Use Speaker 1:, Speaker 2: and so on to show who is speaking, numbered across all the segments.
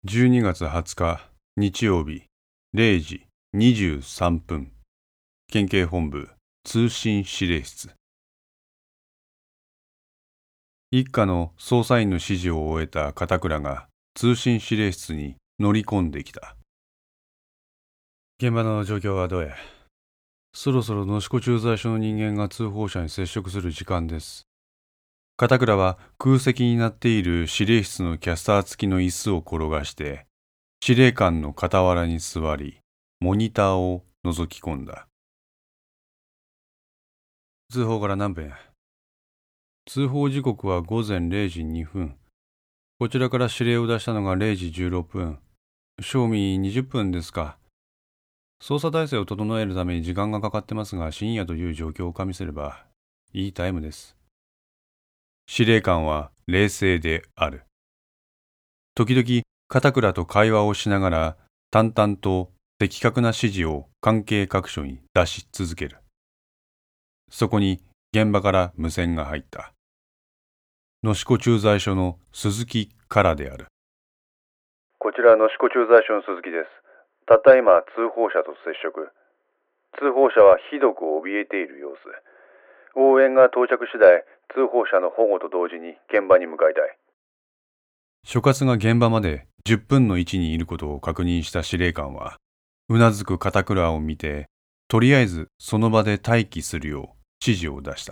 Speaker 1: 12月20日日曜日0時23分県警本部通信指令室。一課の捜査員の指示を終えた片倉が通信指令室に乗り込んできた。現場の状況はどうや？そろそろ能代駐在所の人間が通報者に接触する時間です。片倉は空席になっている指令室のキャスター付きの椅子を転がして司令官の傍らに座りモニターを覗き込んだ。通報から何分や？通報時刻は午前0時2分。こちらから指令を出したのが0時16分。賞味20分ですか。捜査体制を整えるために時間がかかってますが、深夜という状況を加味すればいいタイムです。司令官は冷静である。時々片倉と会話をしながら淡々と的確な指示を関係各所に出し続ける。そこに現場から無線が入った。能代駐在所の鈴木からである。
Speaker 2: こちら能代駐在所の鈴木です。たった今通報者と接触。通報者はひどく怯えている様子。応援が到着次第、通報者の保護と同時に現場に向かいたい。
Speaker 1: 所轄が現場まで10分の位置にいることを確認した司令官はうなずく片倉を見て、とりあえずその場で待機するよう指示を出した。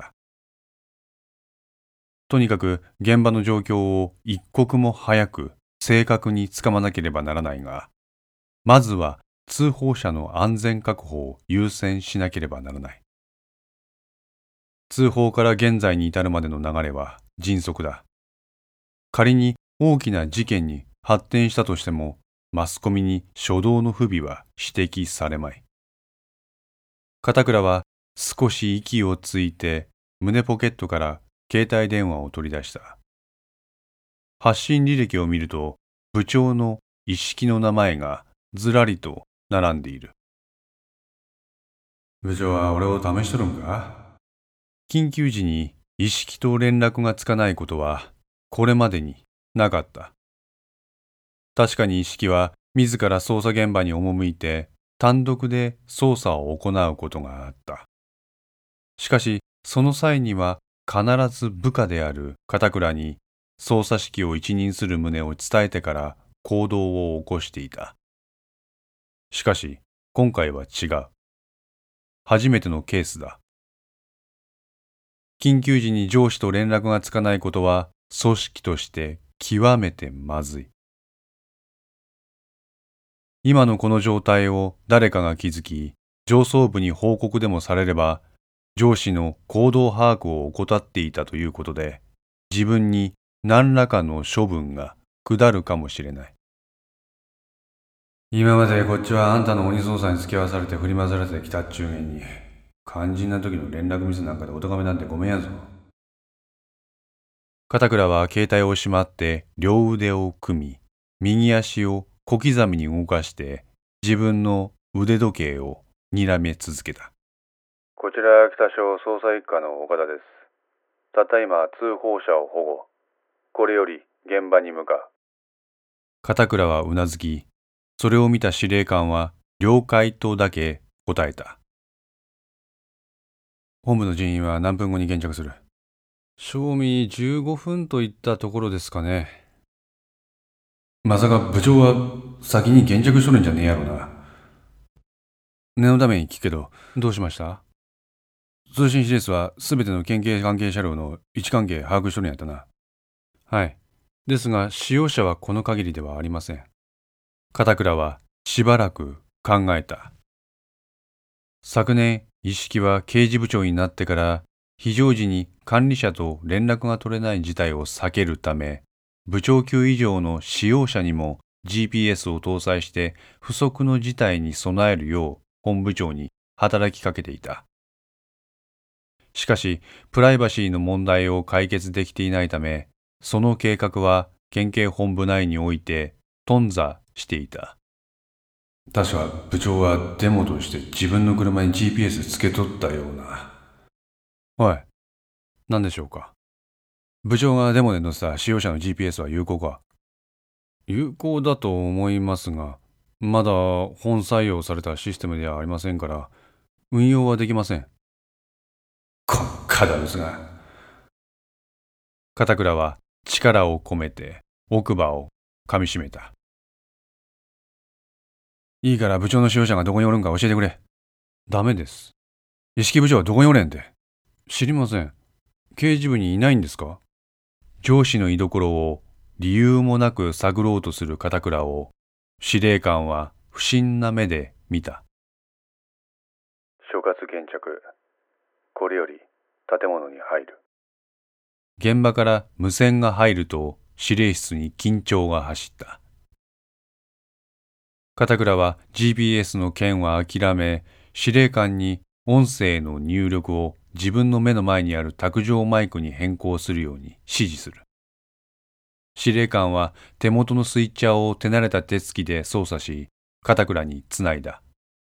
Speaker 1: とにかく現場の状況を一刻も早く正確につかまなければならないが、まずは通報者の安全確保を優先しなければならない。通報から現在に至るまでの流れは迅速だ。仮に大きな事件に発展したとしても、マスコミに初動の不備は指摘されまい。片倉は少し息をついて胸ポケットから携帯電話を取り出した。発信履歴を見ると、部長の一色の名前がずらりと並んでいる。部長は俺を試しとるんか？緊急時に一色と連絡がつかないことはこれまでになかった。確かに一色は自ら捜査現場に赴いて単独で捜査を行うことがあった。しかしその際には必ず部下である片倉に捜査指揮を一任する旨を伝えてから行動を起こしていた。しかし今回は違う。初めてのケースだ。緊急時に上司と連絡がつかないことは組織として極めてまずい。今のこの状態を誰かが気づき、上層部に報告でもされれば、上司の行動把握を怠っていたということで、自分に何らかの処分が下るかもしれない。今までこっちはあんたの鬼捜査に付き合わされて振り回されてきたっちゅうげんに、肝心な時の連絡ミスなんかでお咎めなんてごめんやぞ。片倉は携帯をしまって両腕を組み、右足を小刻みに動かして自分の腕時計を睨め続けた。
Speaker 2: こちら北署捜査一課の岡田です。たった今通報者を保護。これより現場に向かう。
Speaker 1: 片倉はうなずき、それを見た司令官は了解とだけ答えた。本部の人員は何分後に現着する？賞味15分といったところですかね。まさか部長は先に現着しとるんじゃねえやろな。念のために聞くけど、どうしました？通信指令室はすべての県警関係車両の位置関係把握しとるんやったな。はい。ですが使用者はこの限りではありません。片倉はしばらく考えた。昨年一色は刑事部長になってから非常時に管理者と連絡が取れない事態を避けるため、部長級以上の使用者にも GPS を搭載して不測の事態に備えるよう本部長に働きかけていた。しかしプライバシーの問題を解決できていないため、その計画は県警本部内において頓挫していた。確か部長はデモとして自分の車に GPS つけとったような。おい、何でしょうか。部長がデモで載せた使用者の GPS は有効か？ 有効だと思いますが、まだ本採用されたシステムではありませんから、運用はできません。このカダブスが。片倉は力を込めて奥歯を噛みしめた。いいから部長の使用者がどこにおるんか教えてくれ。ダメです。意識部長はどこにおれんて。知りません。刑事部にいないんですか？上司の居所を理由もなく探ろうとする片倉を司令官は不審な目で見た。
Speaker 2: 所轄現着。これより建物に入る。
Speaker 1: 現場から無線が入ると司令室に緊張が走った。片倉は GPS の件は諦め、司令官に音声の入力を自分の目の前にある卓上マイクに変更するように指示する。司令官は手元のスイッチャーを手慣れた手つきで操作し、片倉につないだ。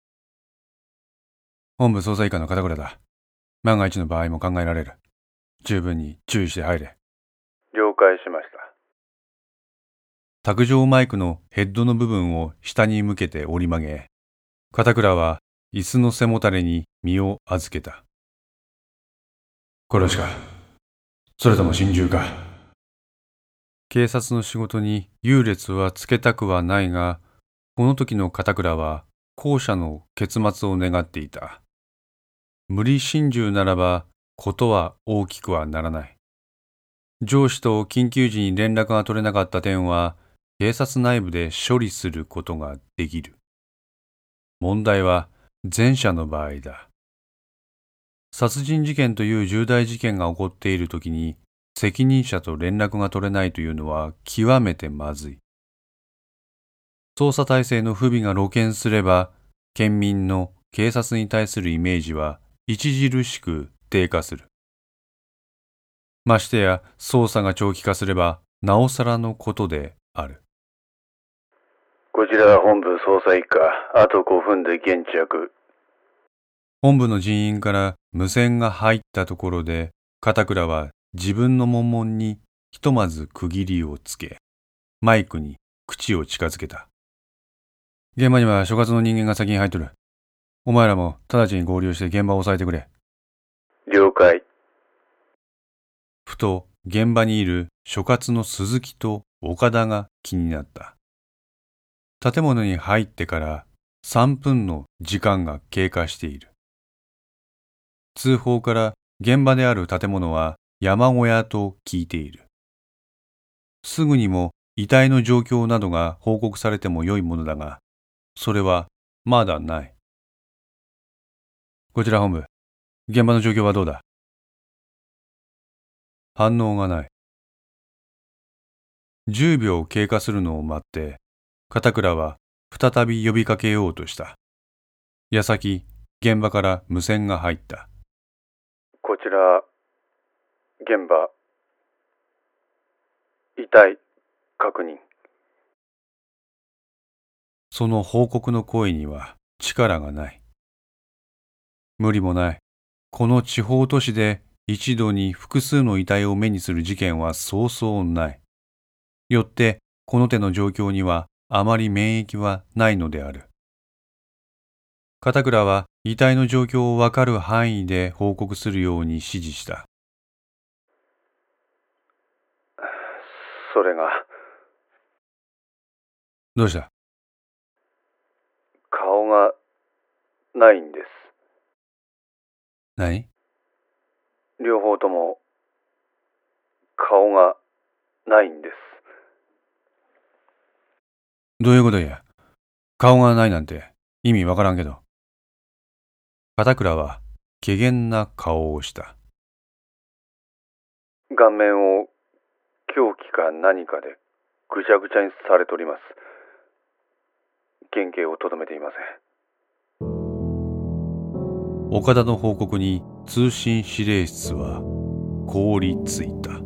Speaker 1: 本部捜査一課の片倉だ。万が一の場合も考えられる。十分に注意して入れ。
Speaker 2: 了解しました。
Speaker 1: 卓上マイクのヘッドの部分を下に向けて折り曲げ、片倉は椅子の背もたれに身を預けた。殺しか、それとも心中か。警察の仕事に優劣はつけたくはないが、この時の片倉は後者の結末を願っていた。無理心中ならばことは大きくはならない。上司と緊急時に連絡が取れなかった点は警察内部で処理することができる。問題は前者の場合だ。殺人事件という重大事件が起こっているときに責任者と連絡が取れないというのは極めてまずい。捜査体制の不備が露見すれば、県民の警察に対するイメージは著しく低下する。ましてや捜査が長期化すればなおさらのことである。
Speaker 2: こちらは本部捜査一課。あと5分で現着。
Speaker 1: 本部の人員から無線が入ったところで、片倉は自分の悶々にひとまず区切りをつけ、マイクに口を近づけた。現場には所轄の人間が先に入っとる。お前らも直ちに合流して現場を押さえてくれ。
Speaker 2: 了解。
Speaker 1: ふと現場にいる所轄の鈴木と岡田が気になった。建物に入ってから3分の時間が経過している。通報から現場である建物は山小屋と聞いている。すぐにも遺体の状況などが報告されても良いものだが、それはまだない。こちら本部、現場の状況はどうだ？反応がない。10秒経過するのを待って、片倉は再び呼びかけようとした。矢先、現場から無線が入った。
Speaker 2: こちら、現場、遺体、確認。
Speaker 1: その報告の声には力がない。無理もない。この地方都市で一度に複数の遺体を目にする事件はそうそうない。よってこの手の状況にはあまり免疫はないのである。片倉は遺体の状況をわかる範囲で報告するように指示した。
Speaker 2: それが。
Speaker 1: どうした？
Speaker 2: 顔がないんです。
Speaker 1: 何？
Speaker 2: 両方とも顔がないんです。
Speaker 1: どういうことや？顔がないなんて意味わからんけど。片倉は怪訝な顔をした。
Speaker 2: 顔面を凶器か何かでぐちゃぐちゃにされております。原型をとどめていません。
Speaker 1: 岡田の報告に通信指令室は凍りついた。